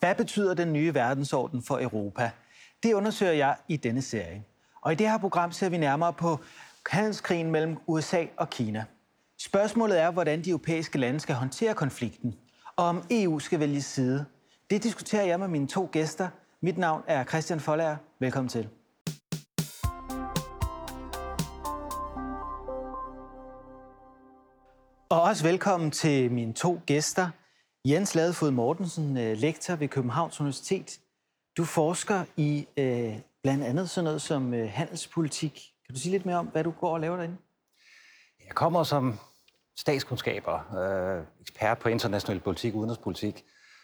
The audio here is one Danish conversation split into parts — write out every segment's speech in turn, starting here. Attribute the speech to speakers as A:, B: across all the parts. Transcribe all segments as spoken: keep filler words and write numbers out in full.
A: Hvad betyder den nye verdensorden for Europa? Det undersøger jeg i denne serie. Og i det her program ser vi nærmere på handelskrigen mellem U S A og Kina. Spørgsmålet er, hvordan de europæiske lande skal håndtere konflikten, og om E U skal vælge side. Det diskuterer jeg med mine to gæster. Mit navn er Christian Foldager. Velkommen til. Og også velkommen til mine to gæster. Jens Ladefoged Mortensen, lektor ved Københavns Universitet. Du forsker i øh, blandt andet sådan noget som øh, handelspolitik. Kan du sige lidt mere om, hvad du går og laver derinde?
B: Jeg kommer som statskundskaber, øh, ekspert på international politik og udenrigspolitik.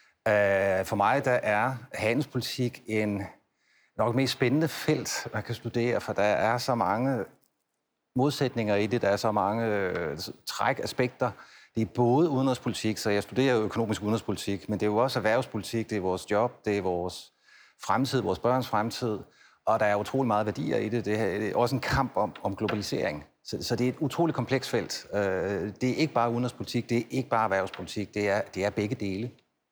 B: Øh, for mig der er handelspolitik en nok mest spændende felt, man kan studere, for der er så mange modsætninger i det, der er så mange øh, trækaspekter. Det er både udenrigspolitik, så jeg studerer jo økonomisk udenrigspolitik, men det er jo også erhvervspolitik, det er vores job, det er vores fremtid, vores børns fremtid, og der er utrolig meget værdier i det. Det er også en kamp om, om globalisering. Så, så det er et utroligt komplekst felt. Det er ikke bare udenrigspolitik, det er ikke bare erhvervspolitik, det er, det er begge dele.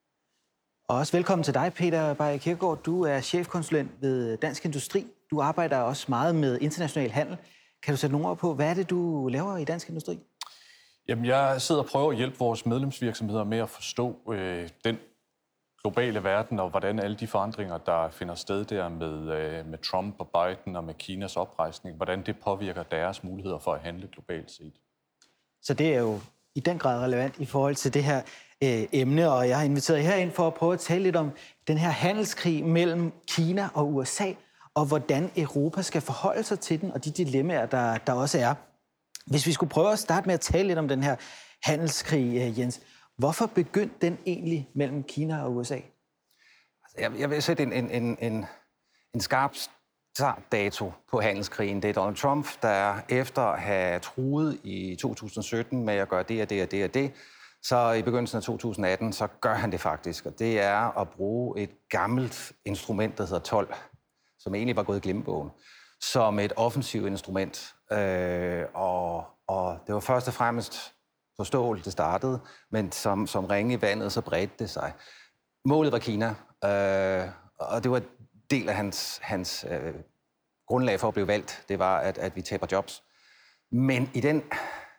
A: Og også velkommen til dig, Peter Beyer Kirkegaard. Du er chefkonsulent ved Dansk Industri. Du arbejder også meget med international handel. Kan du sætte nogle ord på, hvad er det, du laver i Dansk Industri?
C: Jamen, jeg sidder og prøver at hjælpe vores medlemsvirksomheder med at forstå øh, den globale verden, og hvordan alle de forandringer, der finder sted der med, øh, med Trump og Biden og med Kinas oprejsning, hvordan det påvirker deres muligheder for at handle globalt set.
A: Så det er jo i den grad relevant i forhold til det her øh, emne, og jeg har inviteret jer herind for at prøve at tale lidt om den her handelskrig mellem Kina og U S A, og hvordan Europa skal forholde sig til den, og de dilemmaer, der, der også er. Hvis vi skulle prøve at starte med at tale lidt om den her handelskrig, Jens, hvorfor begyndte den egentlig mellem Kina og U S A?
B: Jeg, jeg vil sætte en, en, en, en, en skarp startdato på handelskrigen. Det er Donald Trump, der efter at have truet i to tusind sytten med at gøre det og det og det og det, så i begyndelsen af to tusind atten, så gør han det faktisk. Og det er at bruge et gammelt instrument, der hedder told, som egentlig var gået i glemmebogen, som et offensivt instrument. Øh, og, og det var først og fremmest på stål, det startede, men som, som ringe i vandet, så bredte det sig. Målet var Kina, øh, og det var del af hans, hans øh, grundlag for at blive valgt. Det var, at, at vi taber jobs. Men i den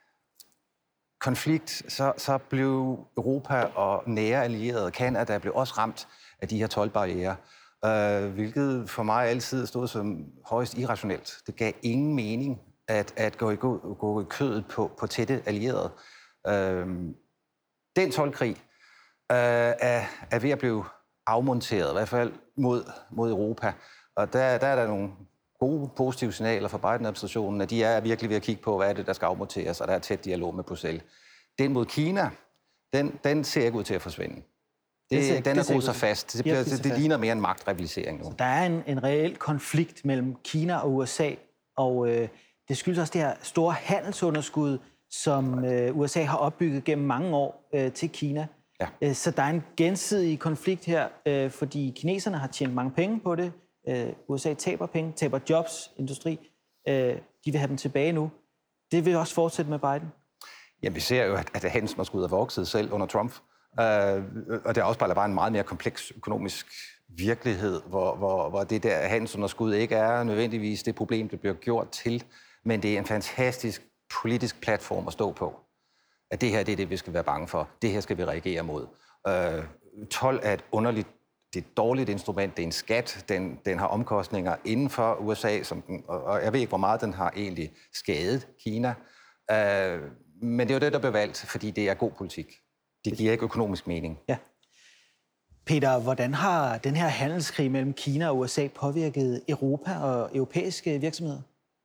B: konflikt, så, så blev Europa og nære allierede, Canada, blev også ramt af de her toldbarrierer. Uh, hvilket for mig altid stod som højst irrationelt. Det gav ingen mening at, at gå, i, gå, gå i kødet på, på tætte allierede. Uh, den toldkrig uh, er, er ved at blive afmonteret, i hvert fald mod, mod Europa. Og der, der er der nogle gode, positive signaler fra Biden-administrationen, at de er virkelig ved at kigge på, hvad er det, der skal afmonteres, og der er tæt dialog med Bruxelles. Den mod Kina, den, den ser ikke ud til at forsvinde. Det, det, den er groet sig fast. Det, bliver, det, det ligner mere en magtrivalisering nu.
A: Så der er en, en reel konflikt mellem Kina og U S A, og øh, det skyldes også det her store handelsunderskud, som øh, U S A har opbygget gennem mange år øh, til Kina. Ja. Øh, så der er en gensidig konflikt her, øh, fordi kineserne har tjent mange penge på det. Øh, U S A taber penge, taber jobs, industri. Øh, de vil have dem tilbage nu. Det vil også fortsætte med Biden.
B: Ja, vi ser jo, at, at handelsunderskud er vokset selv under Trump. Uh, og det afspejler bare en meget mere kompleks økonomisk virkelighed, hvor, hvor, hvor det der handelsunderskud ikke er nødvendigvis det problem, det bliver gjort til, men det er en fantastisk politisk platform at stå på. At det her, det er det, vi skal være bange for. Det her skal vi reagere mod. Uh, told er et underligt, det er et dårligt instrument, det er en skat, den, den har omkostninger inden for U S A, som den, og jeg ved ikke, hvor meget den har egentlig skadet Kina. Uh, men det er jo det, der bliver valgt, fordi det er god politik. Det giver ikke økonomisk mening.
A: Ja. Peter, hvordan har den her handelskrig mellem Kina og U S A påvirket Europa og europæiske virksomheder?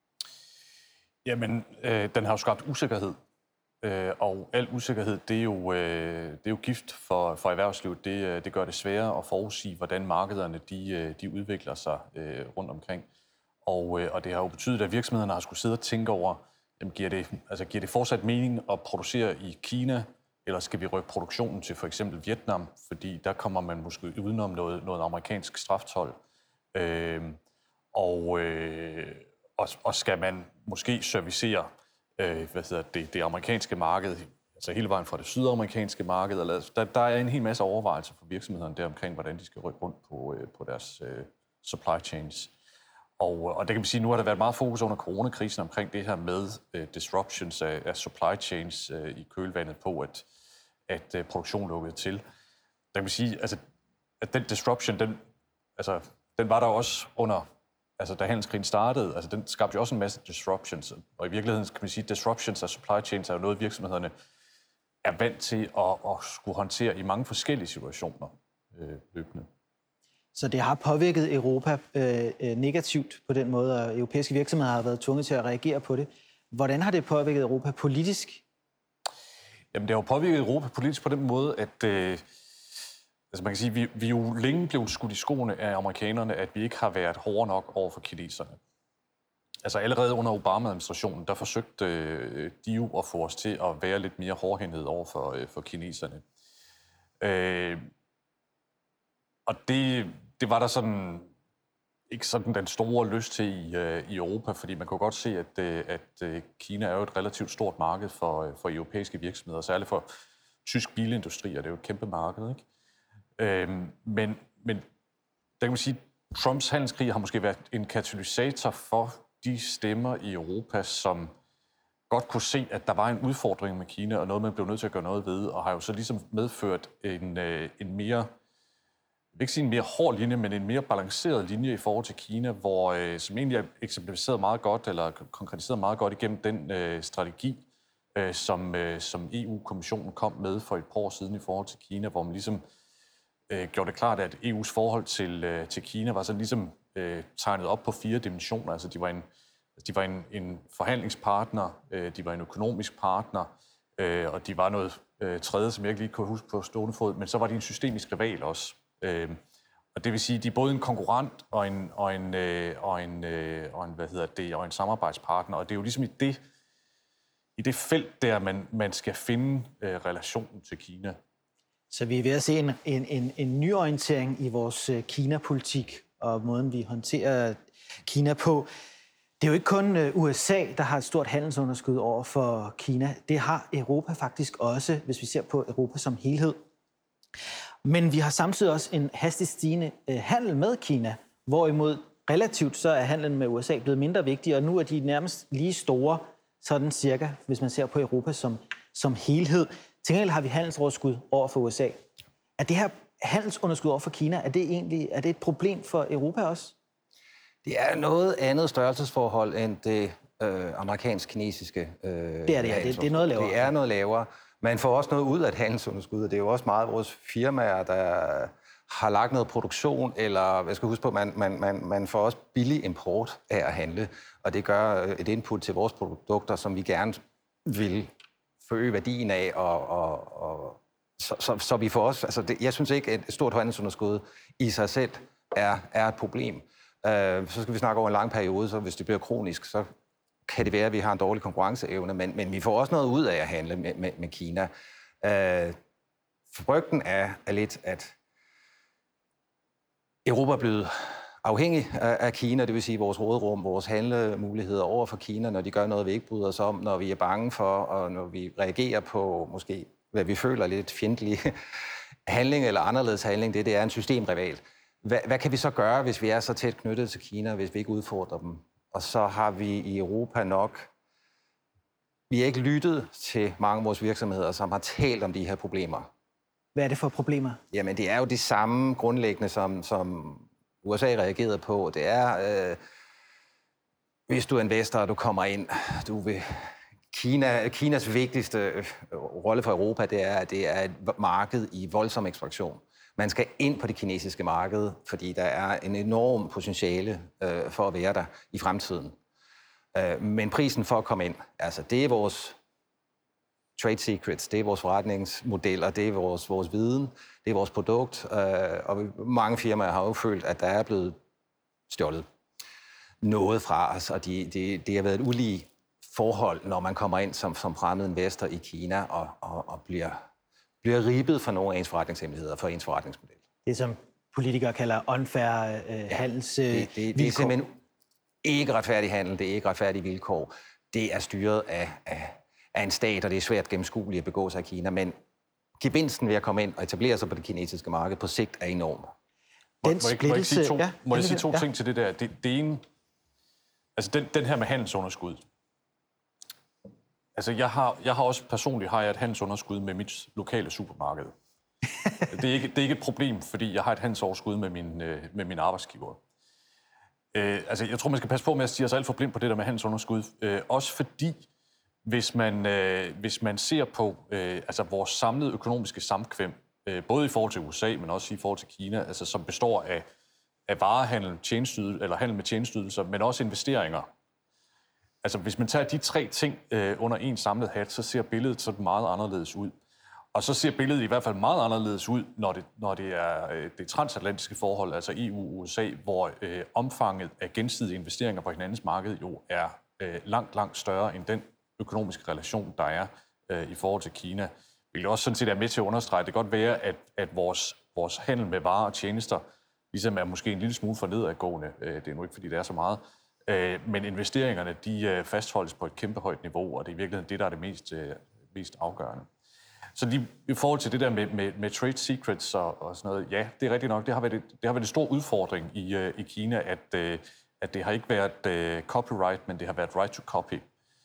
C: Jamen, øh, den har jo skabt usikkerhed. Øh, og al usikkerhed, det er jo, øh, det er jo gift for, for erhvervslivet. Det, det gør det sværere at forudsige, hvordan markederne de, de udvikler sig øh, rundt omkring. Og, øh, og det har jo betydet, at virksomhederne har skulle sidde og tænke over, jamen, giver, det, altså, giver det fortsat mening at producere i Kina, eller skal vi rykke produktionen til for eksempel Vietnam, fordi der kommer man måske udenom noget, noget amerikansk straftold. Øh, og, øh, og, og skal man måske servicere øh, hvad hedder det, det amerikanske marked altså hele vejen fra det sydamerikanske marked. Eller, der, der er en hel masse overvejelser for virksomhederne der omkring, hvordan de skal rykke rundt på, øh, på deres øh, supply chains. Og, og det kan man sige, nu har der været meget fokus under coronakrisen omkring det her med øh, disruptions af, af supply chains øh, i kølvandet på, at, at øh, produktion lukkede til. Der kan man sige, altså, at den disruption, den, altså, den var der også under, altså da handelskrigen startede, altså den skabte jo også en masse disruptions. Og i virkeligheden kan man sige, at disruptions af supply chains er jo noget, virksomhederne er vant til at, at skulle håndtere i mange forskellige situationer øh, løbende.
A: Så det har påvirket Europa øh, negativt på den måde, og europæiske virksomheder har været tvunget til at reagere på det. Hvordan har det påvirket Europa politisk?
C: Jamen, det har jo påvirket Europa politisk på den måde, at øh, altså man kan sige, vi, vi jo længe blev skudt i skoene af amerikanerne, at vi ikke har været hårde nok over for kineserne. Altså allerede under Obama-administrationen, der forsøgte øh, de jo at få os til at være lidt mere hårdhændet over for, øh, for kineserne. Øh, og det, det var der sådan ikke sådan den store lyst til i, øh, i Europa, fordi man kunne godt se, at, øh, at øh, Kina er jo et relativt stort marked for, øh, for europæiske virksomheder, særligt for tysk bilindustri, og det er jo et kæmpe marked, ikke? Øh, men, men der kan man sige, at Trumps handelskrig har måske været en katalysator for de stemmer i Europa, som godt kunne se, at der var en udfordring med Kina, og noget, man blev nødt til at gøre noget ved, og har jo så ligesom medført en, øh, en mere, jeg vil ikke sige en mere hård linje, men en mere balanceret linje i forhold til Kina, hvor, øh, som egentlig er eksemplificeret meget godt, eller konkretiseret meget godt igennem den øh, strategi, øh, som, øh, som E U-kommissionen kom med for et par år siden i forhold til Kina, hvor man ligesom øh, gjorde det klart, at E U's forhold til, øh, til Kina var sådan ligesom øh, tegnet op på fire dimensioner. Altså de var en, de var en, en forhandlingspartner, øh, de var en økonomisk partner, øh, og de var noget øh, tredje, som jeg ikke lige kunne huske på stående fod, men så var de en systemisk rival også. Øh, og det vil sige, at de er både en konkurrent og en, og en, øh, og en, øh, og en, hvad hedder det, og en samarbejdspartner, og det er jo ligesom i det, i det felt der, man, man skal finde øh, relationen til Kina.
A: Så vi er ved at se en, en, en, en nyorientering i vores Kina-politik og måden, vi håndterer Kina på. Det er jo ikke kun U S A, der har et stort handelsunderskud over for Kina. Det har Europa faktisk også, hvis vi ser på Europa som helhed. Men vi har samtidig også en hastigt stigende handel med Kina, hvorimod relativt så er handlen med U S A blevet mindre vigtig, og nu er de nærmest lige store, sådan cirka, hvis man ser på Europa som, som helhed. Til gengæld har vi handelsoverskud over for U S A. Er det her handelsunderskud over for Kina, er det egentlig er det et problem for Europa også?
B: Det er noget andet størrelsesforhold end det øh, amerikansk-kinesiske. Øh,
A: det er det, ja. Det, det er noget lavere.
B: Det er noget lavere. Man får også noget ud af et handelsunderskud, og det er jo også meget af vores firmaer, der har lagt noget produktion, eller jeg skal huske på, man, man, man, man får også billig import af at handle, og det gør et input til vores produkter, som vi gerne vil forøge værdien af, og, og, og så, så, så vi får også, altså det, jeg synes ikke, at et stort handelsunderskud i sig selv er, er et problem. Uh, så skal vi snakke over en lang periode, så hvis det bliver kronisk, så kan det være, at vi har en dårlig konkurrenceevne, men, men vi får også noget ud af at handle med, med, med Kina. Uh, frygten er, er lidt, at Europa er blevet afhængig af, af Kina, det vil sige vores råderum, vores handlemuligheder over for Kina, når de gør noget, vi ikke bryder os om, når vi er bange for, og når vi reagerer på måske, hvad vi føler lidt fjendtlig handling eller anderledes handling, det, det er en systemrival. Hvad, hvad kan vi så gøre, hvis vi er så tæt knyttet til Kina, hvis vi ikke udfordrer dem? Og så har vi i Europa nok, vi har ikke lyttet til mange af vores virksomheder, som har talt om de her problemer.
A: Hvad er det for problemer?
B: Jamen, det er jo det samme grundlæggende, som, som U S A reagerede på. Det er, øh, hvis du er investor, og du kommer ind, du vil... Kina, Kinas vigtigste øh, rolle for Europa, det er, at det er et marked i voldsom ekspansion. Man skal ind på det kinesiske marked, fordi der er en enorm potentiale øh, for at være der i fremtiden. Øh, men prisen for at komme ind, altså det er vores trade secrets, det er vores forretningsmodeller, det er vores, vores viden, det er vores produkt, øh, og mange firmaer har jo følt, at der er blevet stjålet noget fra os, og det de, de har været et ulige forhold, når man kommer ind som, som fremmed investor i Kina og, og, og bliver, bliver ribbet for nogle af ens forretningshemmeligheder, for ens forretningsmodel.
A: Det, som politikere kalder unfair øh, handels øh,
B: det, det, det er simpelthen ikke retfærdig handel, det er ikke retfærdige vilkår. Det er styret af, af, af en stat, og det er svært gennemskueligt at begå sig i Kina, men gevinsten ved at komme ind og etablere sig på det kinesiske marked på sigt er enorm.
A: Den
C: må, må jeg ikke sige to,
A: ja,
C: må jeg sige to
A: ja.
C: ting til det der? Det, det ene, altså den, den her med handelsunderskud. Altså jeg har, jeg har også personligt har jeg et handelsunderskud med mit lokale supermarked. det, er ikke, det er ikke et problem, fordi jeg har et handelsoverskud med min, med min arbejdsgiver. Øh, altså jeg tror, man skal passe på med at sige sig alt for blind på det der med handelsunderskud. Øh, også fordi, hvis man, øh, hvis man ser på øh, altså vores samlede økonomiske samkvem, øh, både i forhold til U S A, men også i forhold til Kina, altså som består af, af varehandel, tjenesteydelser, eller handel med tjenesteydelser, men også investeringer. Altså hvis man tager de tre ting øh, under en samlet hat, så ser billedet sådan meget anderledes ud. Og så ser billedet i hvert fald meget anderledes ud, når det, når det er øh, det transatlantiske forhold, altså E U og U S A, hvor øh, omfanget af gensidige investeringer på hinandens marked jo er øh, langt, langt større end den økonomiske relation, der er øh, i forhold til Kina. Det vil også sådan set er med til at understrege, det kan godt være, at, at vores, vores handel med varer og tjenester ligesom er måske en lille smule for nedadgående. Øh, det er nu ikke, fordi det er så meget. Øh, men investeringerne, de øh, fastholdes på et kæmpe højt niveau, og det er i virkeligheden det, der er det mest, øh, mest afgørende. Så de, i forhold til det der med, med, med trade secrets og, og sådan noget, ja, det er rigtigt nok. Det har været, det har været en stor udfordring i, uh, i Kina, at, uh, at det har ikke været uh, copyright, men det har været right to copy.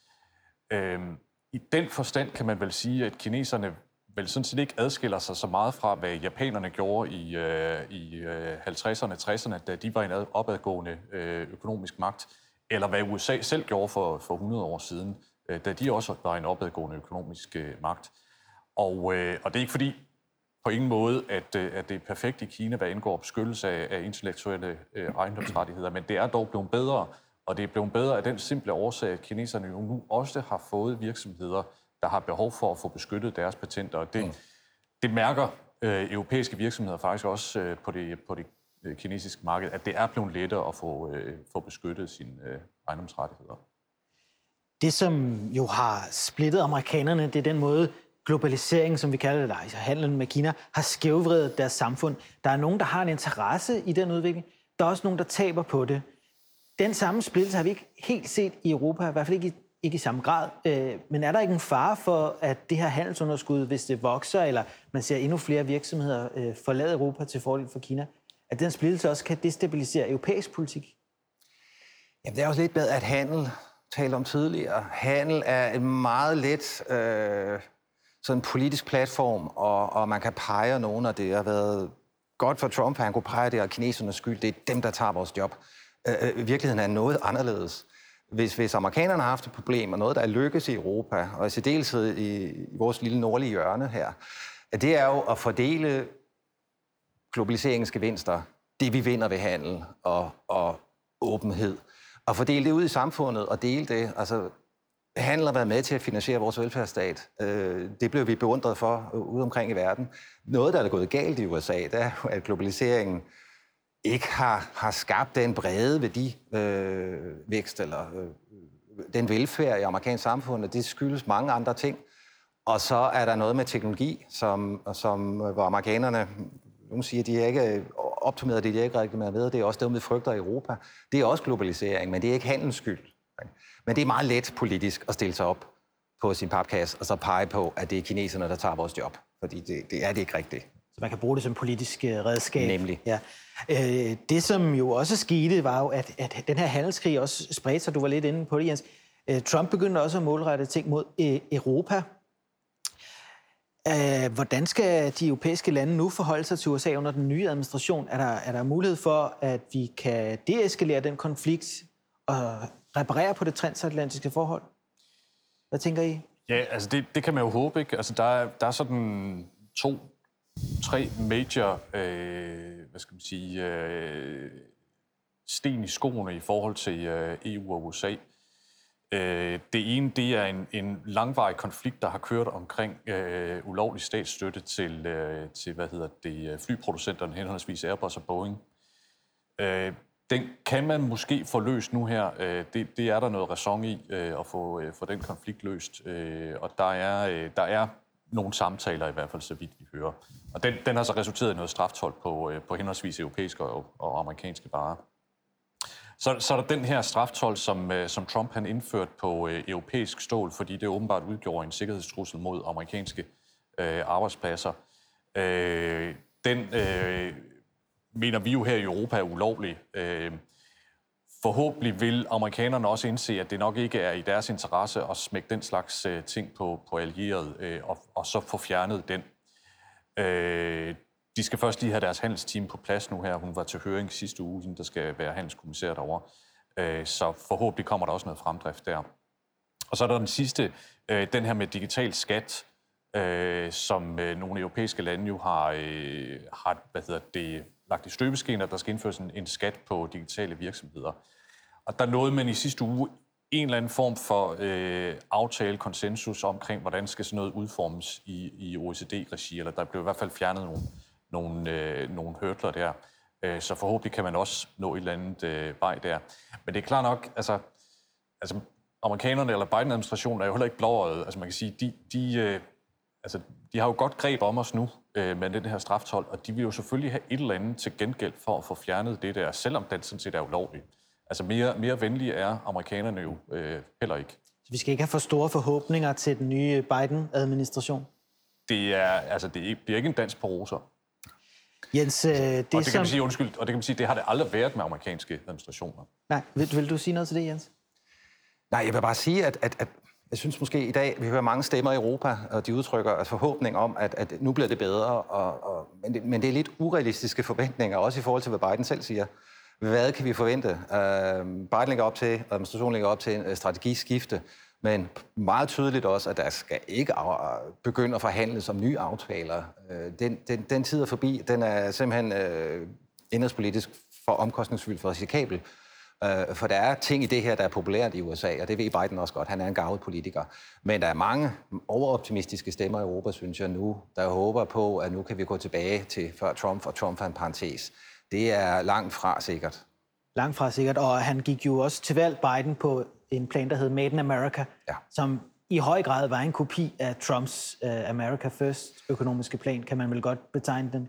C: Uh, I den forstand kan man vel sige, at kineserne vel sådan set ikke adskiller sig så meget fra, hvad japanerne gjorde i, uh, i uh, halvtredserne og tresserne, da de var en opadgående uh, økonomisk magt, eller hvad U S A selv gjorde for, for hundrede år siden, uh, da de også var en opadgående økonomisk uh, magt. Og, øh, og det er ikke fordi, på ingen måde, at, øh, at det er perfekt i Kina, hvad indgår beskyttelse af, af intellektuelle øh, ejendomsrettigheder, men det er dog blevet bedre, og det er blevet bedre af den simple årsag, at kineserne jo nu også har fået virksomheder, der har behov for at få beskyttet deres patenter. Og det, mm. det mærker øh, europæiske virksomheder faktisk også øh, på, det, på det øh, kinesiske marked, at det er blevet lettere at få, øh, få beskyttet sine øh, ejendomsrettigheder.
A: Det, som jo har splittet amerikanerne, det er den måde, globaliseringen, som vi kalder det, altså handlen med Kina, har skævvredet deres samfund. Der er nogen, der har en interesse i den udvikling. Der er også nogen, der taber på det. Den samme splittelse har vi ikke helt set i Europa, i hvert fald ikke i, ikke i samme grad. Men er der ikke en fare for, at det her handelsunderskud, hvis det vokser, eller man ser endnu flere virksomheder forlade Europa til fordel for Kina, at den splittelse også kan destabilisere europæisk politik?
B: Jamen, det er også lidt med, at handel, talte om tidligere, handel er en meget let øh, sådan en politisk platform, og, og man kan pege nogen, og det har været godt for Trump, at han kunne pege det, og kinesernes skyld, det er dem, der tager vores job. Øh, virkeligheden er noget anderledes. Hvis, hvis amerikanerne har haft et problem, og noget, der er lykkes i Europa, og i særdeleshed i, i vores lille nordlige hjørne her, det er jo at fordele globaliseringens gevinster, det vi vinder ved handel og, og åbenhed, og fordele det ud i samfundet og dele det. Altså, handel har været med til at finansiere vores velfærdsstat. Det blev vi beundret for ude omkring i verden. Noget, der er gået galt i U S A, det er jo, at globaliseringen ikke har, har skabt den brede værdivækst øh, eller øh, den velfærd i amerikansk samfund, og det skyldes mange andre ting. Og så er der noget med teknologi, som, som hvor amerikanerne, nogle siger, de er ikke optimeret, det de er ikke rigtig med ved. Det er også det, vi frygter i Europa. Det er også globalisering, men det er ikke handels skyld. Men det er meget let politisk at stille sig op på sin papkasse og så pege på, at det er kineserne, der tager vores job. Fordi det, det er det ikke rigtigt.
A: Så man kan bruge det som politisk redskab.
B: Nemlig.
A: Ja. Øh, det, som jo også skete, var jo, at, at den her handelskrig også spredte sig. Du var lidt inde på det, Jens. Øh, Trump begyndte også at målrette ting mod øh, Europa. Øh, hvordan skal de europæiske lande nu forholde sig til U S A under den nye administration? Er der, er der mulighed for, at vi kan deeskalere den konflikt og reparere på det transatlantiske forhold? Hvad tænker I?
C: Ja, altså det, det kan man jo håbe, ikke? Altså der er, der er sådan to, tre major, øh, hvad skal man sige, øh, sten i skoene i forhold til øh, E U og U S A. Øh, det ene, det er en, en langvarig konflikt, der har kørt omkring øh, ulovlig statsstøtte til, øh, til, hvad hedder det, flyproducenterne, henholdsvis Airbus og Boeing. Øh, Den kan man måske få løst nu her. Det, det er der noget ræson i at få, få den konflikt løst. Og der er, der er nogle samtaler i hvert fald, så vidt vi hører. Og den, den har så resulteret i noget straftold på, på henholdsvis europæiske og, og amerikanske varer. Så, så er der den her straftold, som, som Trump han indførte på øh, europæisk stål, fordi det åbenbart udgjorde en sikkerhedstrussel mod amerikanske øh, arbejdspladser. Øh, den øh, mener vi jo her i Europa er ulovlig. Øh, forhåbentlig vil amerikanerne også indse, at det nok ikke er i deres interesse at smække den slags øh, ting på, på allieret, øh, og, og så få fjernet den. Øh, de skal først lige have deres handelsteam på plads nu her. Hun var til høring sidste uge, hende der skal være handelskommissær derovre. Øh, så forhåbentlig kommer der også noget fremdrift der. Og så er der den sidste, øh, den her med digital skat, øh, som øh, nogle europæiske lande jo har, øh, har hvad hedder det, lagt i støbeskeen, at der skal indføres en, en skat på digitale virksomheder. Og der nåede man i sidste uge en eller anden form for øh, aftale, konsensus omkring, hvordan skal sådan noget udformes i, i O E C D-regi, eller der blev i hvert fald fjernet nogle, nogle, øh, nogle hurdler der. Øh, så forhåbentlig kan man også nå et eller andet øh, vej der. Men det er klart nok, altså, altså amerikanerne eller Biden-administrationen er jo heller ikke blåøjet. Altså man kan sige, de, de, øh, altså, de har jo godt greb om os nu øh, med den her straftold, og de vil jo selvfølgelig have et eller andet til gengæld for at få fjernet det der, selvom den sådan set er ulovlig. Altså mere, mere venlige er amerikanerne jo øh, heller ikke.
A: Så vi skal ikke have for store forhåbninger til den nye Biden-administration?
C: Det er, altså, det er, det er ikke en dans på roser.
A: Jens, øh, det,
C: og det kan
A: som...
C: man sige, undskyld, og det kan man sige, det har det aldrig været med amerikanske administrationer.
A: Nej, vil, vil du sige noget til det, Jens?
B: Nej, jeg vil bare sige, at, at, at jeg synes måske i dag, vi hører mange stemmer i Europa, og de udtrykker altså forhåbning om, at, at nu bliver det bedre, og, og, men, det, men det er lidt urealistiske forventninger, også i forhold til, hvad Biden selv siger. Hvad kan vi forvente? Uh, Biden lægger op til, administrationen lægger op til en uh, strategiskifte, men meget tydeligt også, at der skal ikke uh, begynde at forhandles om nye aftaler. Uh, den, den, den tid er forbi. Den er simpelthen uh, indrigspolitisk for omkostningsfyldt, for risikabel. Uh, for der er ting i det her, der er populært i U S A, og det ved Biden også godt. Han er en garvet politiker. Men der er mange overoptimistiske stemmer i Europa, synes jeg nu, der håber på, at nu kan vi gå tilbage til før Trump, og Trump er en parentes. Det er langt fra sikkert.
A: Langt fra sikkert, og han gik jo også til valg, Biden, på en plan, der hed Made in America, ja. Som i høj grad var en kopi af Trumps uh, America First økonomiske plan. Kan man vel godt betegne den?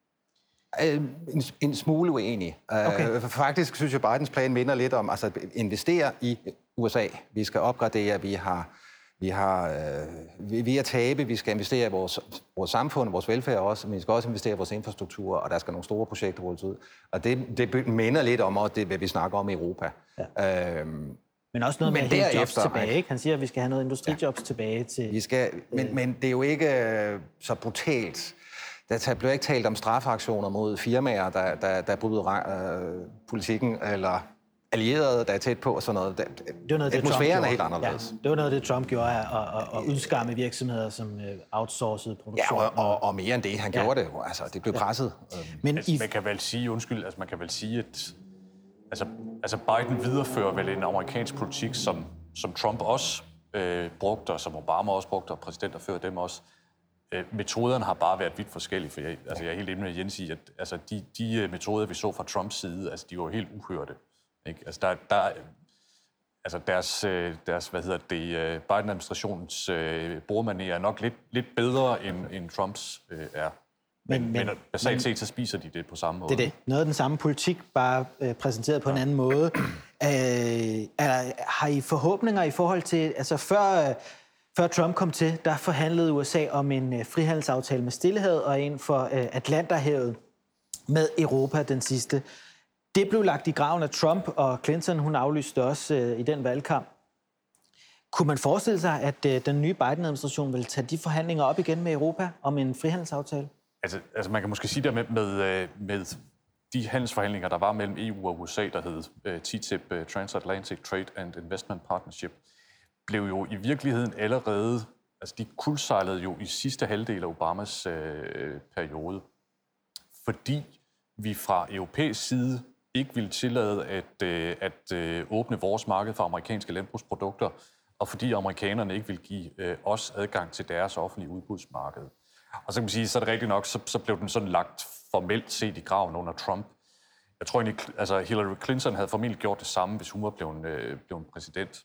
B: En, en smule uenig. Okay. Faktisk synes jeg, Bidens plan minder lidt om altså, at investere i U S A. Vi skal opgradere, vi har... Vi, har, øh, vi, vi er tabe, vi skal investere i vores, vores samfund, vores velfærd også, men vi skal også investere i vores infrastruktur, og der skal nogle store projekter rulles ud. Og det, det minder lidt om, og det hvad vi snakker om i Europa. Ja. Øhm,
A: men også noget med at hente jobs tilbage, ikke? Han siger, at vi skal have noget industrijobs ja. tilbage til...
B: Vi skal, men, øh, men det er jo ikke øh, så brutalt. Der bliver ikke talt om strafaktioner mod firmaer, der, der, der bryder øh, politikken, eller... allierede, der er tæt på og sådan noget. Det,
A: det var noget,
B: atmosfæren
A: det
B: er helt anderledes.
A: Ja, det var noget, det Trump gjorde, at, at, at udskamme virksomheder, som outsourcede produktion.
B: Ja, og, og, og mere end det. Han ja. gjorde det. Altså, det blev presset.
C: Ja. Men altså, i... Man kan vel sige, undskyld, altså man kan vel sige, at altså, altså Biden viderefører vel en amerikansk politik, som, som Trump også øh, brugte, og som Obama også brugte, og præsidenter før dem også. Øh, metoderne har bare været vidt forskellige, for jeg, altså, jeg er helt enig med Jens i, at altså, de, de metoder, vi så fra Trumps side, altså, de var helt uhørte. Ikke? Altså, der, der, altså deres, deres, hvad hedder det, Biden-administrationens øh, bordmanér er nok lidt, lidt bedre, end, end Trumps øh, er. Men, men, men basalt set, så spiser de det på samme måde.
A: Det er det. Noget af den samme politik, bare øh, præsenteret på ja. en anden måde. Øh, er, har I forhåbninger i forhold til, altså før, øh, før Trump kom til, der forhandlede U S A om en øh, frihandelsaftale med Stillehavet og en for øh, Atlanterhavet med Europa, den sidste. Det blev lagt i graven af Trump, og Clinton, hun aflyste også øh, i den valgkamp. Kunne man forestille sig, at øh, den nye Biden-administration vil tage de forhandlinger op igen med Europa om en frihandelsaftale?
C: Altså, altså man kan måske sige der med, med, med de handelsforhandlinger, der var mellem E U og U S A, der hed uh, T T I P, uh, Transatlantic Trade and Investment Partnership, blev jo i virkeligheden allerede, altså de kuldsejlede jo i sidste halvdel af Obamas øh, periode, fordi vi fra europæisk side ikke ville tillade at, øh, at øh, åbne vores marked for amerikanske landbrugsprodukter, og fordi amerikanerne ikke ville give øh, os adgang til deres offentlige udbudsmarked. Og så kan man sige, så er det rigtigt nok, så, så blev den sådan lagt formelt set i graven under Trump. Jeg tror egentlig, altså Hillary Clinton havde formentlig gjort det samme, hvis hun var blevet, øh, blevet præsident.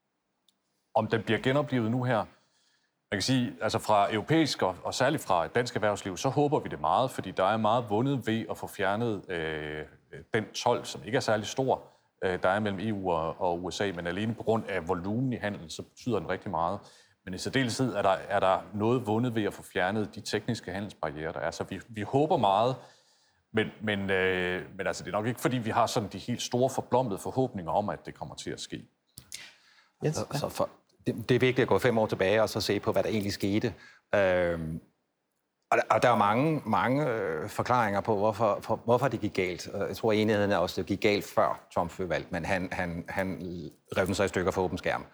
C: Om den bliver genoplevet nu her, man kan sige, altså fra europæisk og, og særligt fra dansk erhvervsliv, så håber vi det meget, fordi der er meget vundet ved at få fjernet øh, den told, som ikke er særlig stor, øh, der er mellem E U og, og U S A, men alene på grund af volumen i handel, så betyder den rigtig meget. Men i særdeleshed er der, er der noget vundet ved at få fjernet de tekniske handelsbarrierer, der er. Så vi, vi håber meget, men, men, øh, men altså, det er nok ikke, fordi vi har sådan de helt store forblommede forhåbninger om, at det kommer til at ske.
B: Yes, ja. så for, det, det er vigtigt at gå fem år tilbage og så se på, hvad der egentlig skete. Øhm, og, der, og der er mange, mange øh, forklaringer på, hvorfor, for, hvorfor det gik galt. Jeg tror, enigheden er også, at det gik galt før Trump blev valgt, men han, han, han rev den så i stykker for åben skærm.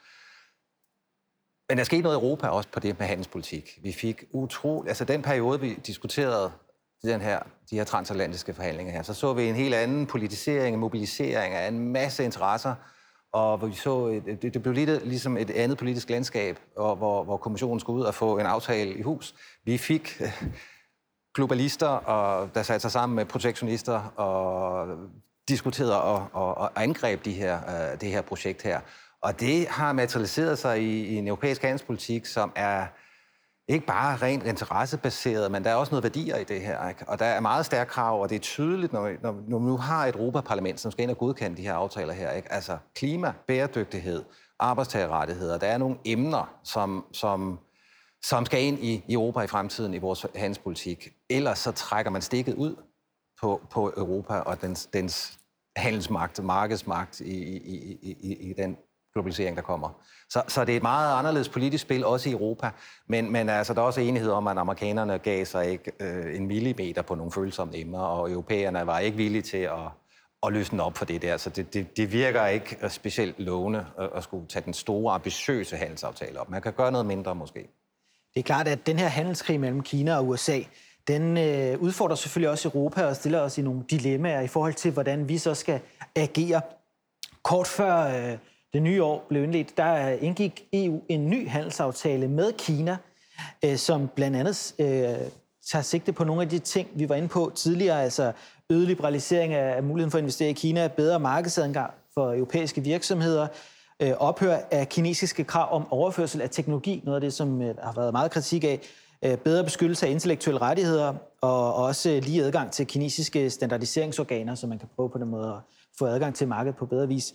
B: Men der skete noget i Europa også på det med handelspolitik. Vi fik utroligt... Altså den periode, vi diskuterede den her, de her transatlantiske forhandlinger her, så så vi en helt anden politisering og mobilisering af en masse interesser, og vi så, et, det blev lidt ligesom et andet politisk landskab, og hvor, hvor kommissionen skulle ud og få en aftale i hus. Vi fik globalister, og der satte sig sammen med protektionister og diskuterede og, og, og angreb de her, uh, det her projekt her. Og det har materialiseret sig i, i en europæisk handelspolitik, som er ikke bare rent interessebaseret, men der er også noget værdier i det her. Ikke? Og der er meget stærke krav, og det er tydeligt, når, når, når vi nu har et Europaparlament, som skal ind og godkende de her aftaler her. Ikke? Altså klima, bæredygtighed, arbejdstagerrettigheder. Der er nogle emner, som, som, som skal ind i, i Europa i fremtiden i vores handelspolitik. Ellers så trækker man stikket ud på, på Europa og dens, dens handelsmagt, markedsmagt i, i, i, i, i den globalisering, der kommer. Så, så det er et meget anderledes politisk spil, også i Europa. Men, men altså, der er også enighed om, at amerikanerne gav sig ikke øh, en millimeter på nogle følsomme emner, og europæerne var ikke villige til at, at løsne op for det der. Så det, det, det virker ikke specielt lovende at, at skulle tage den store, ambitiøse handelsaftale op. Man kan gøre noget mindre måske.
A: Det er klart, at den her handelskrig mellem Kina og U S A, den øh, udfordrer selvfølgelig også Europa og stiller os i nogle dilemmaer i forhold til, hvordan vi så skal agere. Kort før øh, det nye år blev indledt, der indgik E U en ny handelsaftale med Kina, øh, som blandt andet øh, tager sigte på nogle af de ting, vi var inde på tidligere, altså øget liberalisering af muligheden for at investere i Kina, bedre markedsadgang for europæiske virksomheder, øh, ophør af kinesiske krav om overførsel af teknologi, noget af det, som øh, har været meget kritik af, øh, bedre beskyttelse af intellektuelle rettigheder, og også lige adgang til kinesiske standardiseringsorganer, så man kan prøve på den måde at få adgang til markedet på bedre vis.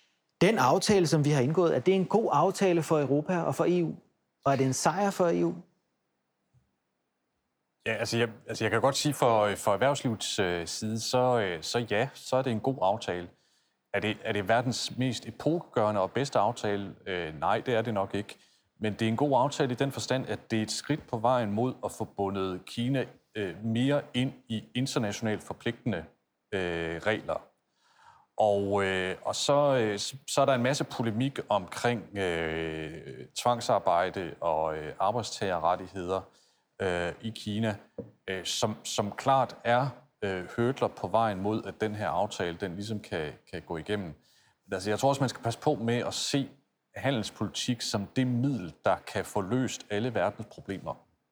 A: Den aftale, som vi har indgået, er det en god aftale for Europa og for E U? Og er det en sejr for E U?
C: Ja, altså jeg, altså jeg kan godt sige, for, for erhvervslivets øh, side, så, øh, så ja, så er det en god aftale. Er det, er det verdens mest epokegørende og bedste aftale? Øh, nej, det er det nok ikke. Men det er en god aftale i den forstand, at det er et skridt på vejen mod at få bundet Kina øh, mere ind i internationalt forpligtende øh, regler. Og, øh, og så, øh, så er der en masse polemik omkring øh, tvangsarbejde og øh, arbejdstagerrettigheder øh, i Kina, øh, som, som klart er øh, hurdler på vejen mod, at den her aftale den ligesom kan, kan gå igennem. Men altså, jeg tror også, man skal passe på med at se handelspolitik som det middel, der kan få løst alle verdens problemer.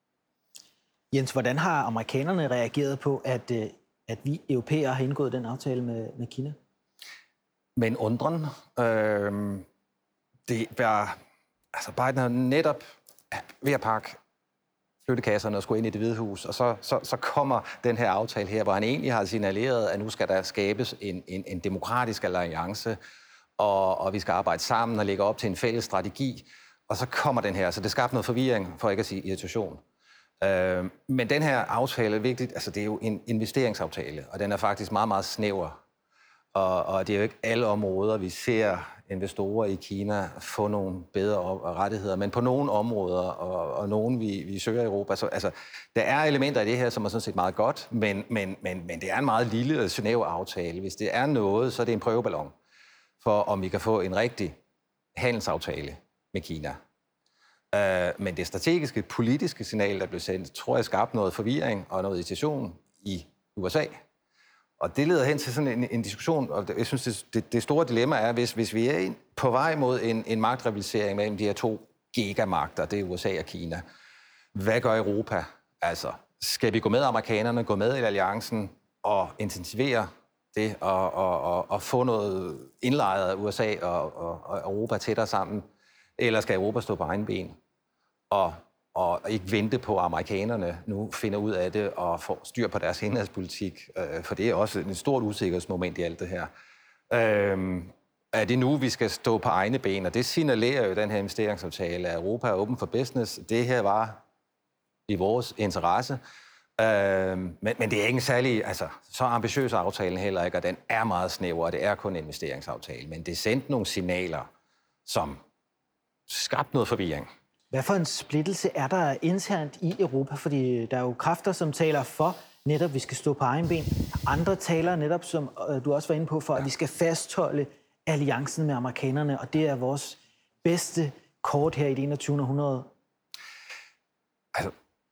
A: Jens, hvordan har amerikanerne reageret på, at, at vi europæere har indgået den aftale med, med Kina?
B: Med en undren. Øh, det var... Altså, Biden har netop ved at pakke flyttekasserne og skulle ind i Det Hvide Hus, og så, så, så kommer den her aftale her, hvor han egentlig har signaleret, at nu skal der skabes en, en, en demokratisk alliance, og, og vi skal arbejde sammen og lægge op til en fælles strategi, og så kommer den her. Så det skabte noget forvirring, for ikke at sige irritation. Øh, men den her aftale er vigtigt, altså det er jo en investeringsaftale, og den er faktisk meget, meget snæver. Og, og det er jo ikke alle områder, vi ser investorer i Kina få nogle bedre rettigheder, men på nogle områder, og, og nogle, vi, vi søger i Europa. Så, altså, der er elementer i det her, som er sådan set meget godt, men, men, men, men det er en meget lille, snæv aftale. Hvis det er noget, så er det en prøveballon for, om vi kan få en rigtig handelsaftale med Kina. Uh, men det strategiske, politiske signal, der blev sendt, tror jeg skabte noget forvirring og noget irritation i U S A. Og det leder hen til sådan en, en diskussion, og jeg synes, det, det, det store dilemma er, hvis, hvis vi er på vej mod en, en magtrivalisering mellem de her to gigamagter, det er U S A og Kina. Hvad gør Europa? Altså, skal vi gå med amerikanerne, gå med i alliancen og intensivere det, og, og, og, og få noget indlejret af U S A og, og, og Europa tættere sammen? Eller skal Europa stå på egen ben og og ikke vente på, at amerikanerne nu finder ud af det og får styr på deres indrigspolitik, øh, for det er også et stort usikkerhedsmoment i alt det her. Øhm, er det nu, vi skal stå på egne ben? Og det signalerer jo den her investeringsaftale, at Europa er open for business. Det her var i vores interesse. Øhm, men, men det er ikke en særlig, altså, så ambitiøs aftale heller ikke, og den er meget snæver, og det er kun en investeringsaftale. Men det sendte nogle signaler, som skabte noget forvirring.
A: Hvad for en splittelse er der internt i Europa? Fordi der er jo kræfter, som taler for netop, at vi skal stå på egen ben. Andre taler netop, som du også var inde på, for at vi skal fastholde alliancen med amerikanerne, og det er vores bedste kort her i det enogtyvende århundrede.
B: Altså,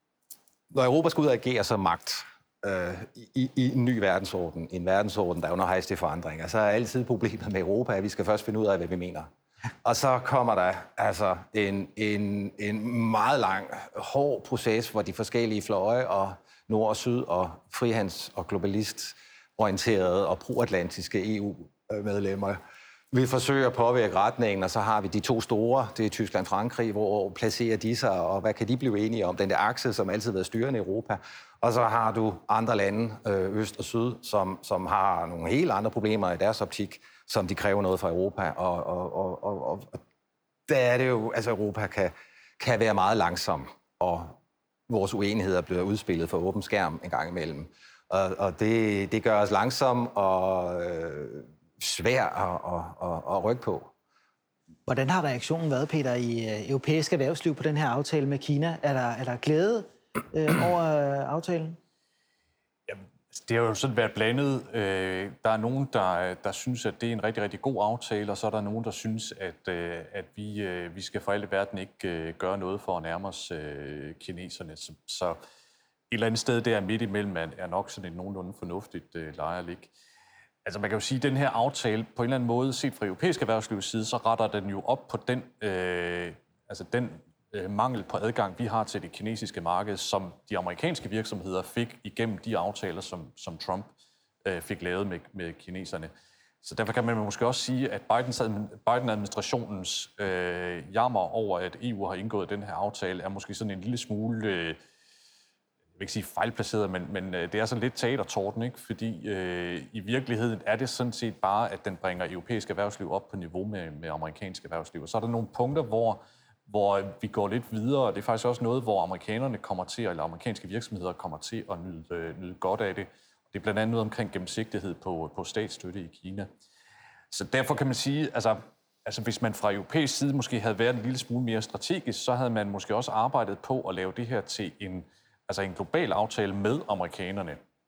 B: når Europa skal ud og agere som magt øh, i, i en ny verdensorden, en verdensorden, der er under hastige forandringer, så er altid problemet med Europa, at vi skal først finde ud af, hvad vi mener. Og så kommer der altså en, en, en meget lang, hård proces, hvor de forskellige fløje og nord og syd og frihands- og globalistorienterede og proatlantiske E U-medlemmer vil forsøge at påvirke retningen, og så har vi de to store, det er Tyskland og Frankrig, hvor placerer de sig, og hvad kan de blive enige om? Den der akse, som altid har været styrende i Europa. Og så har du andre lande, øst og syd, som, som har nogle helt andre problemer i deres optik, som de kræver noget fra Europa. Og, og, og, og, og der er det jo, altså Europa kan, kan være meget langsom, og vores uenigheder bliver udspillet for åben skærm en gang imellem. Og, og det, det gør os langsom og øh, svær at, at, at, at rykke på.
A: Hvordan har reaktionen været, Peter, i europæisk erhvervsliv på den her aftale med Kina? Er der, er der glæde øh, over aftalen?
C: Jamen, det har jo sådan været blandet. Øh, der er nogen, der, der synes, at det er en rigtig, rigtig god aftale, og så er der nogen, der synes, at, øh, at vi, øh, vi skal for alle verden ikke øh, gøre noget for at nærme os øh, kineserne. Så, så et eller andet sted der midt imellem er, er nok sådan et nogenlunde fornuftigt øh, lejerlig. Altså man kan jo sige, at den her aftale på en eller anden måde, set fra europæisk erhvervslivs side, så retter den jo op på den, øh, altså den øh, mangel på adgang, vi har til det kinesiske marked, som de amerikanske virksomheder fik igennem de aftaler, som, som Trump øh, fik lavet med, med kineserne. Så derfor kan man måske også sige, at Biden-administrationens øh, jammer over, at E U har indgået den her aftale, er måske sådan en lille smule... Øh, jeg vil ikke sige fejlplaceret, men, men det er sådan lidt teatertorden, ikke? Fordi øh, i virkeligheden er det sådan set bare, at den bringer europæisk erhvervsliv op på niveau med, med amerikansk erhvervsliv. Og så er der nogle punkter, hvor, hvor vi går lidt videre, og det er faktisk også noget, hvor amerikanerne kommer til, eller amerikanske virksomheder kommer til at nyde, øh, nyde godt af det. Det er blandt andet noget omkring gennemsigtighed på, på statsstøtte i Kina. Så derfor kan man sige, altså, altså hvis man fra europæisk side måske havde været en lille smule mere strategisk, så havde man måske også arbejdet på at lave det her til en altså en global aftale med amerikanerne.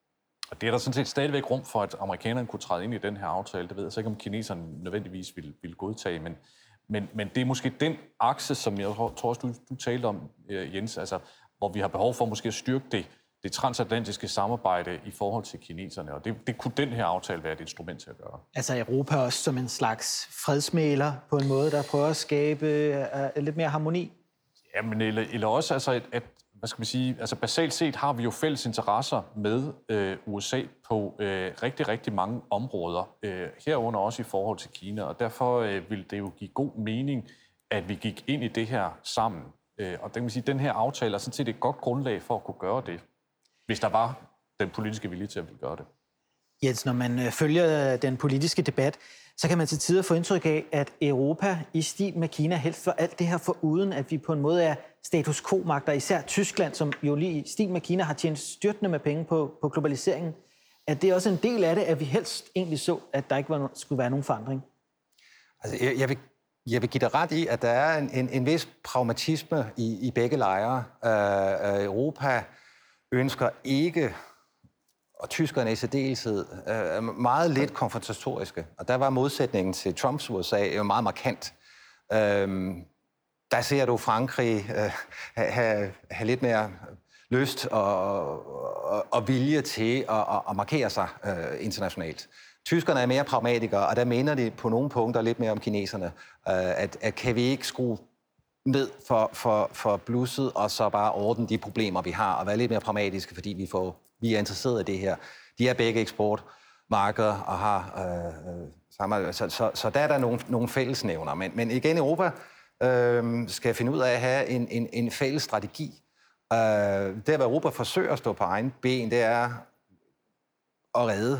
C: Og det er der sådan set stadigvæk rum for, at amerikanerne kunne træde ind i den her aftale. Det ved jeg så ikke, om kineserne nødvendigvis ville, ville godtage, men, men, men det er måske den akse, som jeg tror også, du, du talte om, Jens, altså, hvor vi har behov for måske at styrke det, det transatlantiske samarbejde i forhold til kineserne, og det, det kunne den her aftale være et instrument til at gøre.
A: Altså Europa også som en slags fredsmægler på en måde, der prøver at skabe uh, lidt mere harmoni?
C: Jamen, eller, eller også, altså, at, at hvad skal vi sige, altså basalt set har vi jo fælles interesser med øh, U S A på øh, rigtig, rigtig mange områder, øh, herunder også i forhold til Kina, og derfor øh, vil det jo give god mening, at vi gik ind i det her sammen. Øh, og det kan man sige, den her aftale er sådan set et godt grundlag for at kunne gøre det, hvis der var den politiske vilje til at ville gøre det.
A: Jens, når man følger den politiske debat, så kan man til tider få indtryk af, at Europa i stil med Kina helst for alt det her foruden, at vi på en måde er status quo-magter, især Tyskland, som jo lige i stil med Kina har tjent styrtende med penge på, på globaliseringen. At det er også en del af det, at vi helst egentlig så, at der ikke var, skulle være nogen forandring?
B: Altså, jeg, jeg, vil, jeg vil give dig ret i, at der er en, en, en vis pragmatisme i, i begge lejre. Uh, Europa ønsker ikke, og tyskerne i særdeleshed, er meget lidt konfrontatoriske. Og der var modsætningen til Trumps U S A jo meget markant. Øhm, der ser du Frankrig øh, have, have lidt mere lyst og, og, og vilje til at, at markere sig øh, internationalt. Tyskerne er mere pragmatikere, og der mener de på nogle punkter lidt mere om kineserne. Øh, at, at kan vi ikke skrue ned for, for, for blusset, og så bare ordne de problemer, vi har, og være lidt mere pragmatiske, fordi vi får vi er interesseret i det her. De er begge eksportmarkeder og har øh, samarbejde. Så, så, så der er der nogle, nogle fællesnævner. Men, men igen, Europa øh, skal finde ud af at have en, en, en fælles strategi. Øh, der, hvor Europa forsøger at stå på egen ben, det er at redde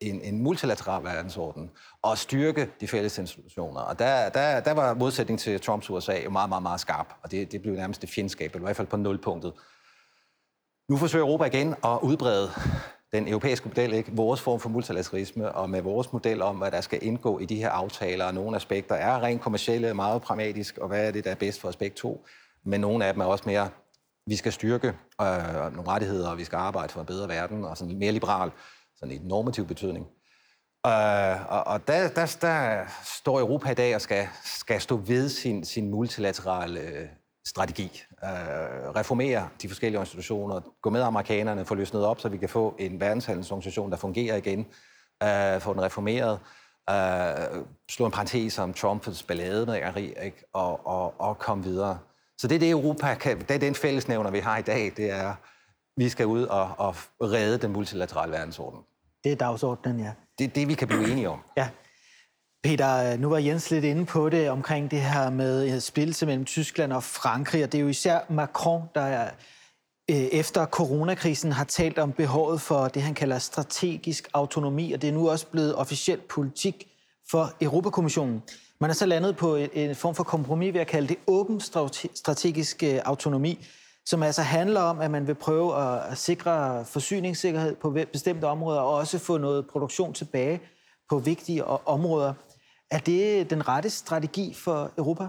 B: en, en multilateral verdensorden og styrke de fælles institutioner. Og der, der, der var modsætning til Trumps U S A jo meget, meget, meget skarp, og det, det blev nærmest det fjendskab, eller i hvert fald på nulpunktet. Nu forsøger Europa igen at udbrede den europæiske model, ikke? Vores form for multilateralisme, og med vores model om, hvad der skal indgå i de her aftaler, og nogle aspekter er rent kommercielle, meget pragmatisk, og hvad er det, der er bedst for os begge to. Men nogle af dem er også mere, vi skal styrke øh, nogle rettigheder, og vi skal arbejde for en bedre verden, og sådan mere liberal, sådan i en normativ betydning. Øh, og og der, der, der står Europa i dag og skal, skal stå ved sin, sin multilaterale øh, strategi. Øh, reformere de forskellige institutioner, gå med amerikanerne, få løsnet op, så vi kan få en verdenshandelsorganisation, der fungerer igen, øh, få den reformeret, øh, slå en parentes om Trumps ballade med ikke? Og, og, og komme videre. Så det er det, Europa kan, det er den fællesnævner, vi har i dag, det er, vi skal ud og, og redde den multilaterale verdensorden.
A: Det er dagsordenen, ja.
B: Det er det, vi kan blive enige om.
A: Ja. Peter, nu var Jens lidt inde på det omkring det her med splittelse mellem Tyskland og Frankrig, og det er jo især Macron, der efter coronakrisen har talt om behovet for det, han kalder strategisk autonomi, og det er nu også blevet officiel politik for Europakommissionen. Man er så landet på en form for kompromis ved at kalde det åben strategisk autonomi, som altså handler om, at man vil prøve at sikre forsyningssikkerhed på bestemte områder, og også få noget produktion tilbage på vigtige områder. Er det den rette strategi for Europa?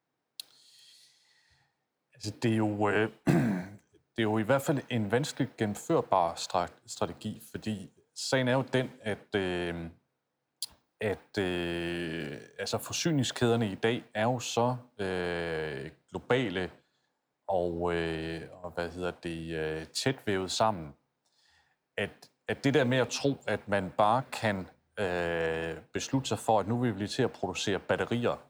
C: Altså, det er jo, øh, det er jo i hvert fald en vanskeligt gennemførbar strategi, fordi sagen er jo den, at, øh, at øh, altså forsyningskæderne i dag er jo så øh, globale og, øh, og hvad hedder det, øh, tæt vævet sammen, at, at det der med at tro, at man bare kan øh, beslutte sig for, at nu vil vi til at producere batterier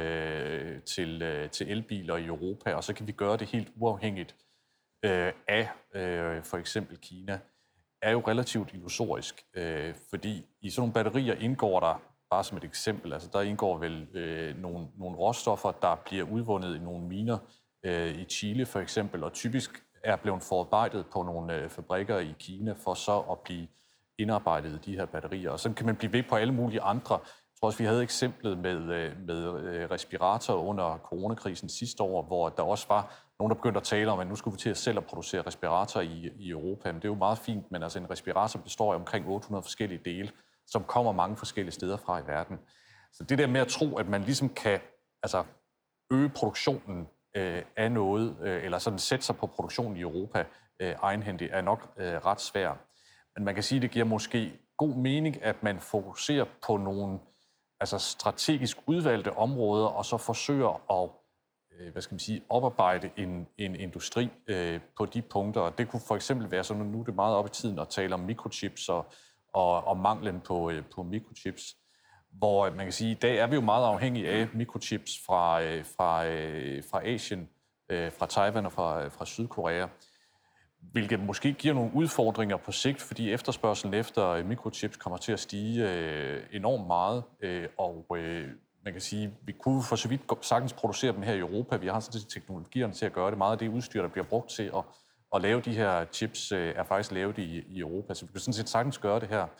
C: øh, til, øh, til elbiler i Europa, og så kan vi gøre det helt uafhængigt øh, af øh, for eksempel Kina, er jo relativt illusorisk, øh, fordi i sådan nogle batterier indgår der, bare som et eksempel, altså der indgår vel øh, nogle, nogle råstoffer, der bliver udvundet i nogle miner øh, i Chile for eksempel, og typisk er blevet forarbejdet på nogle øh, fabrikker i Kina for så at blive indarbejdet i de her batterier. Og så kan man blive ved på alle mulige andre. Jeg tror også, vi havde eksemplet med, med respiratorer under coronakrisen sidste år, hvor der også var nogen, der begyndte at tale om, at nu skulle vi til at selv at producere respiratorer i, i Europa. Men det er jo meget fint, men altså en respirator består af omkring otte hundrede forskellige dele, som kommer mange forskellige steder fra i verden. Så det der med at tro, at man ligesom kan altså, øge produktionen øh, af noget, øh, eller sådan sætte sig på produktionen i Europa øh, egenhændigt, er nok øh, ret svært. Men man kan sige, at det giver måske god mening, at man fokuserer på nogle altså strategisk udvalgte områder, og så forsøger at øh, hvad skal man sige, oparbejde en, en industri øh, på de punkter. Og det kunne for eksempel være sådan, nu er det meget op i tiden at tale om mikrochips og, og, og manglen på, øh, på mikrochips, hvor man kan sige, at i dag er vi jo meget afhængige af mikrochips fra, øh, fra, øh, fra Asien, øh, fra Taiwan og fra, fra Sydkorea, hvilket måske giver nogle udfordringer på sigt, fordi efterspørgselen efter mikrochips kommer til at stige øh, enormt meget, øh, og øh, man kan sige, vi kunne for så vidt sagtens producere dem her i Europa. Vi har sådan set teknologierne til at gøre det. Meget af det udstyr, der bliver brugt til at, at lave de her chips, øh, er faktisk lavet i, i Europa, så vi kan sådan set sagtens gøre det her.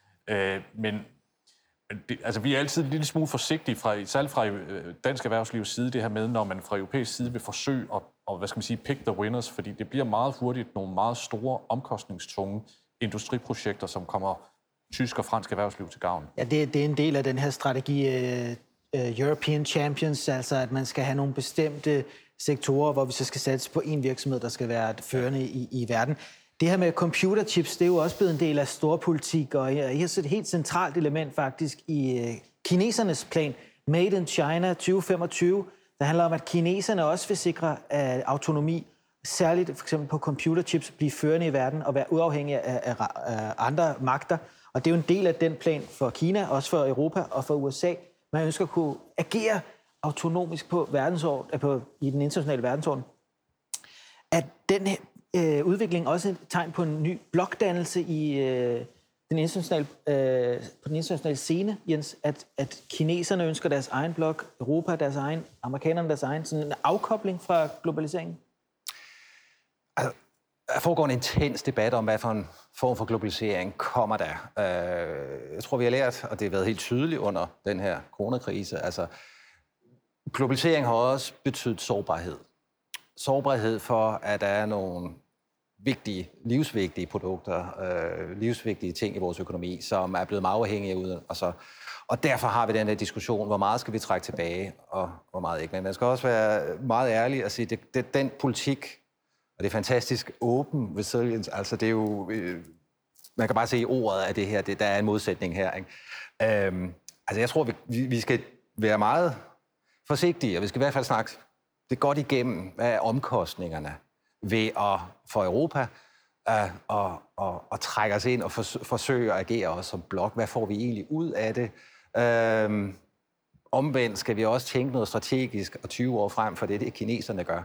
C: Øh, men det, altså, vi er altid en lille smule forsigtige, fra, særligt fra dansk erhvervslivs side, det her med, når man fra europæisk side vil forsøge at, og, hvad skal man sige, pick the winners, fordi det bliver meget hurtigt nogle meget store, omkostningstunge industriprojekter, som kommer tysk og fransk erhvervsliv til gavn.
A: Ja, det, det er en del af den her strategi, uh, uh, European Champions, altså at man skal have nogle bestemte sektorer, hvor vi så skal satse på en virksomhed, der skal være førende i, i verden. Det her med computerchips, det er jo også blevet en del af storpolitik, og jeg har set et helt centralt element faktisk i uh, kinesernes plan, Made in China tyve femogtyve, der handler om, at kineserne også vil sikre uh, autonomi, særligt for eksempel på computerchips, blive førende i verden og være uafhængige af, af, af andre magter. Og det er jo en del af den plan for Kina, også for Europa og for U S A. Man ønsker at kunne agere autonomisk på verdensorden, på, i den internationale verdensorden. Er den øh, udvikling også et tegn på en ny blokdannelse i øh, den internationale, øh, på den internationale scene, Jens? At, at kineserne ønsker deres egen blok, Europa deres egen, amerikanerne deres egen, sådan en afkobling fra globaliseringen?
B: Altså, der foregår en intens debat om, hvad for en form for globalisering kommer der. Jeg tror, vi har lært, og det har været helt tydeligt under den her coronakrise, altså globalisering har også betydet sårbarhed. Sårbarhed for, at der er nogle vigtige, livsvigtige produkter, øh, livsvigtige ting i vores økonomi, som er blevet meget afhængige af uden. Og, så, og derfor har vi den her diskussion, hvor meget skal vi trække tilbage, og hvor meget ikke. Men man skal også være meget ærlig og sige, det, det den politik, og det er fantastisk open resilience, altså det er jo, øh, man kan bare se i ordet af det her, det, der er en modsætning her. Ikke? Øhm, altså jeg tror, vi, vi skal være meget forsigtige, og vi skal i hvert fald snakke det godt igennem, hvad er omkostningerne ved at for Europa at, at, at, at trække os ind og for, forsøge at agere også som blok. Hvad får vi egentlig ud af det? Øhm, omvendt skal vi også tænke noget strategisk og tyve år frem, for det er det, kineserne gør.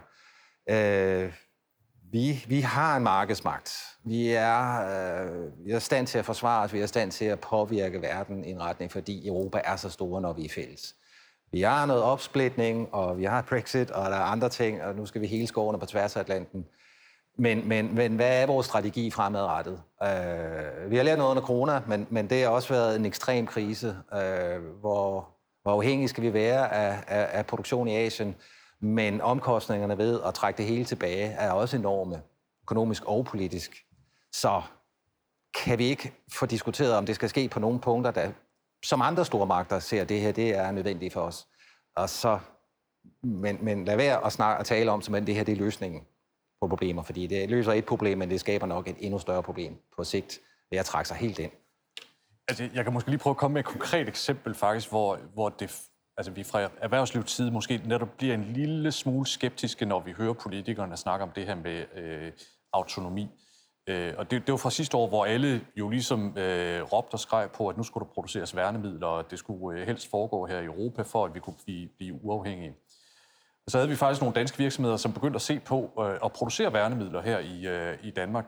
B: Øh, vi, vi har en markedsmagt. Vi er, øh, vi er i stand til at forsvare os, vi er i stand til at påvirke verden i en retning, fordi Europa er så store, når vi er fælles. Vi har noget opsplitning, og vi har Brexit, og der er andre ting, og nu skal vi hele skårene på tværs af Atlanten. Men, men, men hvad er vores strategi fremadrettet? Uh, vi har lært noget under corona, men, men det har også været en ekstrem krise, uh, hvor, hvor afhængige skal vi være af, af, af produktion i Asien, men omkostningerne ved at trække det hele tilbage er også enorme, økonomisk og politisk. Så kan vi ikke få diskuteret, om det skal ske på nogle punkter, der som andre store magter ser det her, det er nødvendigt for os. Og så, men, men lad være at snakke og tale om, at det her det er løsningen på problemer, fordi det løser et problem, men det skaber nok et endnu større problem på sigt ved at trække sig helt ind.
C: Altså, jeg kan måske lige prøve at komme med et konkret eksempel faktisk, hvor, hvor det, altså, vi fra erhvervslivets side måske netop bliver en lille smule skeptiske, når vi hører politikerne snakke om det her med øh, autonomi. Øh, og det, det var fra sidste år, hvor alle jo ligesom øh, råbte og skreg på, at nu skulle der produceres værnemidler, og det skulle øh, helst foregå her i Europa, for at vi kunne blive, blive uafhængige. Og så havde vi faktisk nogle danske virksomheder, som begyndte at se på øh, at producere værnemidler her i, øh, i Danmark.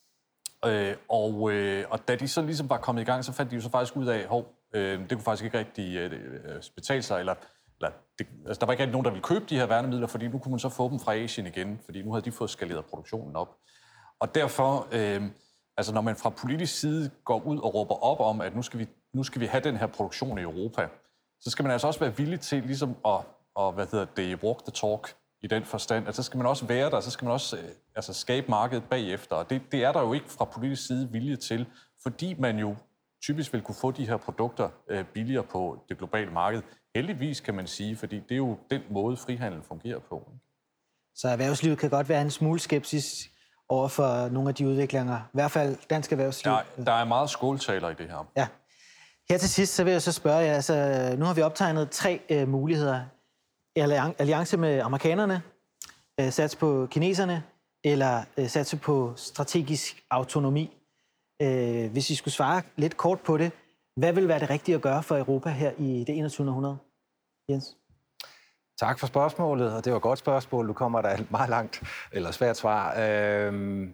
C: Øh, og, øh, og da de så ligesom var kommet i gang, så fandt de jo så faktisk ud af, at øh, det kunne faktisk ikke rigtig øh, betale sig, eller, eller det, altså, der var ikke rigtig nogen, der ville købe de her værnemidler, fordi nu kunne man så få dem fra Asien igen, fordi nu havde de fået skaleret produktionen op. Og derfor, øh, altså når man fra politisk side går ud og råber op om, at nu skal vi, nu skal vi have den her produktion i Europa, så skal man altså også være villig til ligesom at, og, hvad hedder det, walk the talk i den forstand, at så skal man også være der, så skal man også øh, altså skabe markedet bagefter. Og det, det er der jo ikke fra politisk side vilje til, fordi man jo typisk vil kunne få de her produkter øh, billigere på det globale marked. Heldigvis kan man sige, fordi det er jo den måde, frihandel fungerer på.
A: Så erhvervslivet kan godt være en smule skeptisk over for nogle af de udviklinger, i hvert fald dansk erhvervsliv.
C: Der, der er meget skåltaler i det her.
A: Ja. Her til sidst, så vil jeg så spørge jer, altså, nu har vi optegnet tre øh, muligheder. Alliance med amerikanerne, øh, sats på kineserne, eller øh, satse på strategisk autonomi. Øh, hvis I skulle svare lidt kort på det, hvad vil være det rigtige at gøre for Europa her i det enogtyvende århundrede? Jens?
B: Tak for spørgsmålet, og det var et godt spørgsmål. Nu kommer der et meget langt eller svært svar. Øhm,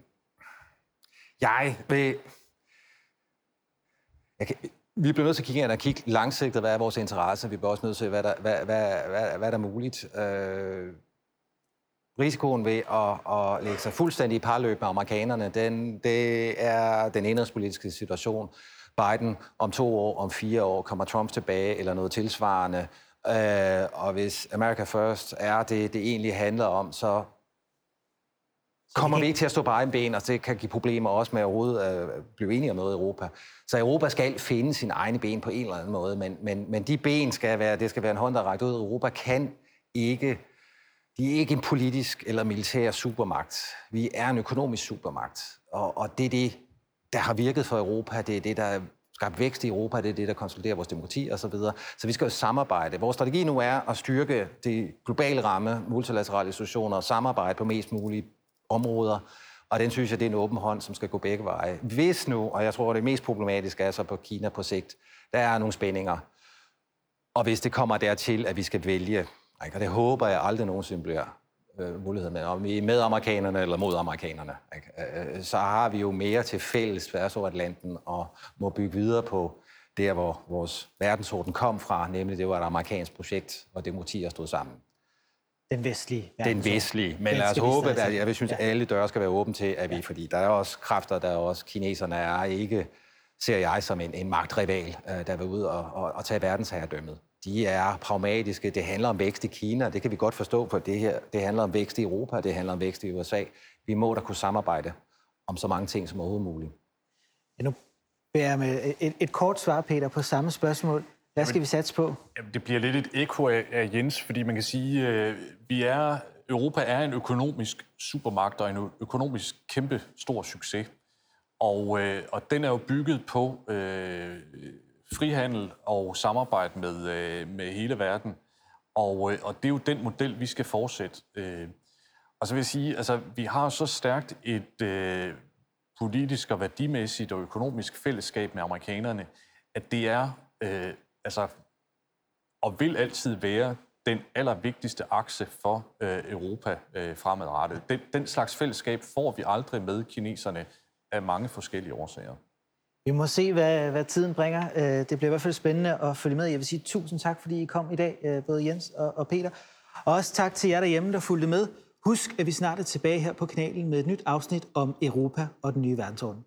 B: jeg vil... Jeg kan, vi bliver nødt til at kigge ind og kigge langsigtet, hvad er vores interesse. Vi bliver også nødt til, hvad der, hvad, hvad, hvad, hvad der er muligt. Øh, risikoen ved at, at lægge sig fuldstændig i parløb med amerikanerne, den, det er den indenrigspolitiske situation. Biden om to år, om fire år, kommer Trump tilbage eller noget tilsvarende. Uh, og hvis America First er det, det egentlig handler om, så, så kommer vi ikke til at stå på egen ben, og det kan give problemer også med at overhovedet uh, blive enige om noget i Europa. Så Europa skal finde sine egne ben på en eller anden måde, men, men, men de ben skal være, det skal være en hånd, der rækker ud. Europa kan ikke, de er ikke en politisk eller militær supermagt. Vi er en økonomisk supermagt, og, og det er det, der har virket for Europa. Det er det, der skabt vækst i Europa, det er det, der konsoliderer vores demokrati osv. Så, så vi skal jo samarbejde. Vores strategi nu er at styrke de globale ramme, multilaterale institutioner og samarbejde på mest mulige områder. Og den synes jeg, det er en åben hånd, som skal gå begge veje. Hvis nu, og jeg tror, det mest problematiske er så på Kina på sigt, der er nogle spændinger. Og hvis det kommer dertil, at vi skal vælge, og det håber jeg aldrig nogensinde bliver øh, mulighed med, om vi er med amerikanerne eller mod amerikanerne, ikke? Så har vi jo mere til fælles tværs over Atlanten og må bygge videre på der, hvor vores verdensorden kom fra, nemlig det var et amerikansk projekt, hvor demokratier stod sammen.
A: Den vestlige.
B: Den vestlige. Men lad os håbe, at jeg vil synes, at alle døre skal være åbne til, at vi, ja. fordi der er også kræfter, der er også kineserne er ikke, ser jeg som en, en magtrival, der vil ud og, og, og tage verdensherredømmet. De er pragmatiske. Det handler om vækst i Kina. Det kan vi godt forstå, for det her. Det handler om vækst i Europa. Det handler om vækst i U S A. Vi må da kunne samarbejde om så mange ting som overhovedet muligt.
A: Ja, nu beder jeg med et, et kort svar, Peter, på samme spørgsmål. Hvad skal vi satse på?
C: Jamen, det bliver lidt et ekko af, af Jens, fordi man kan sige, at vi er, Europa er en økonomisk supermagt og en økonomisk kæmpe stor succes. Og, øh, og den er jo bygget på øh, frihandel og samarbejde med, øh, med hele verden. Og, øh, og det er jo den model, vi skal fortsætte. Øh, og så vil jeg sige, altså, vi har så stærkt et øh, politisk og værdimæssigt og økonomisk fællesskab med amerikanerne, at det er øh, altså, og vil altid være den allervigtigste akse for øh, Europa øh, fremadrettet. Den, den slags fællesskab får vi aldrig med kineserne af mange forskellige årsager.
A: Vi må se, hvad, hvad tiden bringer. Det bliver i hvert fald spændende at følge med. Jeg vil sige tusind tak, fordi I kom i dag, både Jens og, og Peter. Og også tak til jer derhjemme, der fulgte med. Husk, at vi snart er tilbage her på kanalen med et nyt afsnit om Europa og den nye verdensorden.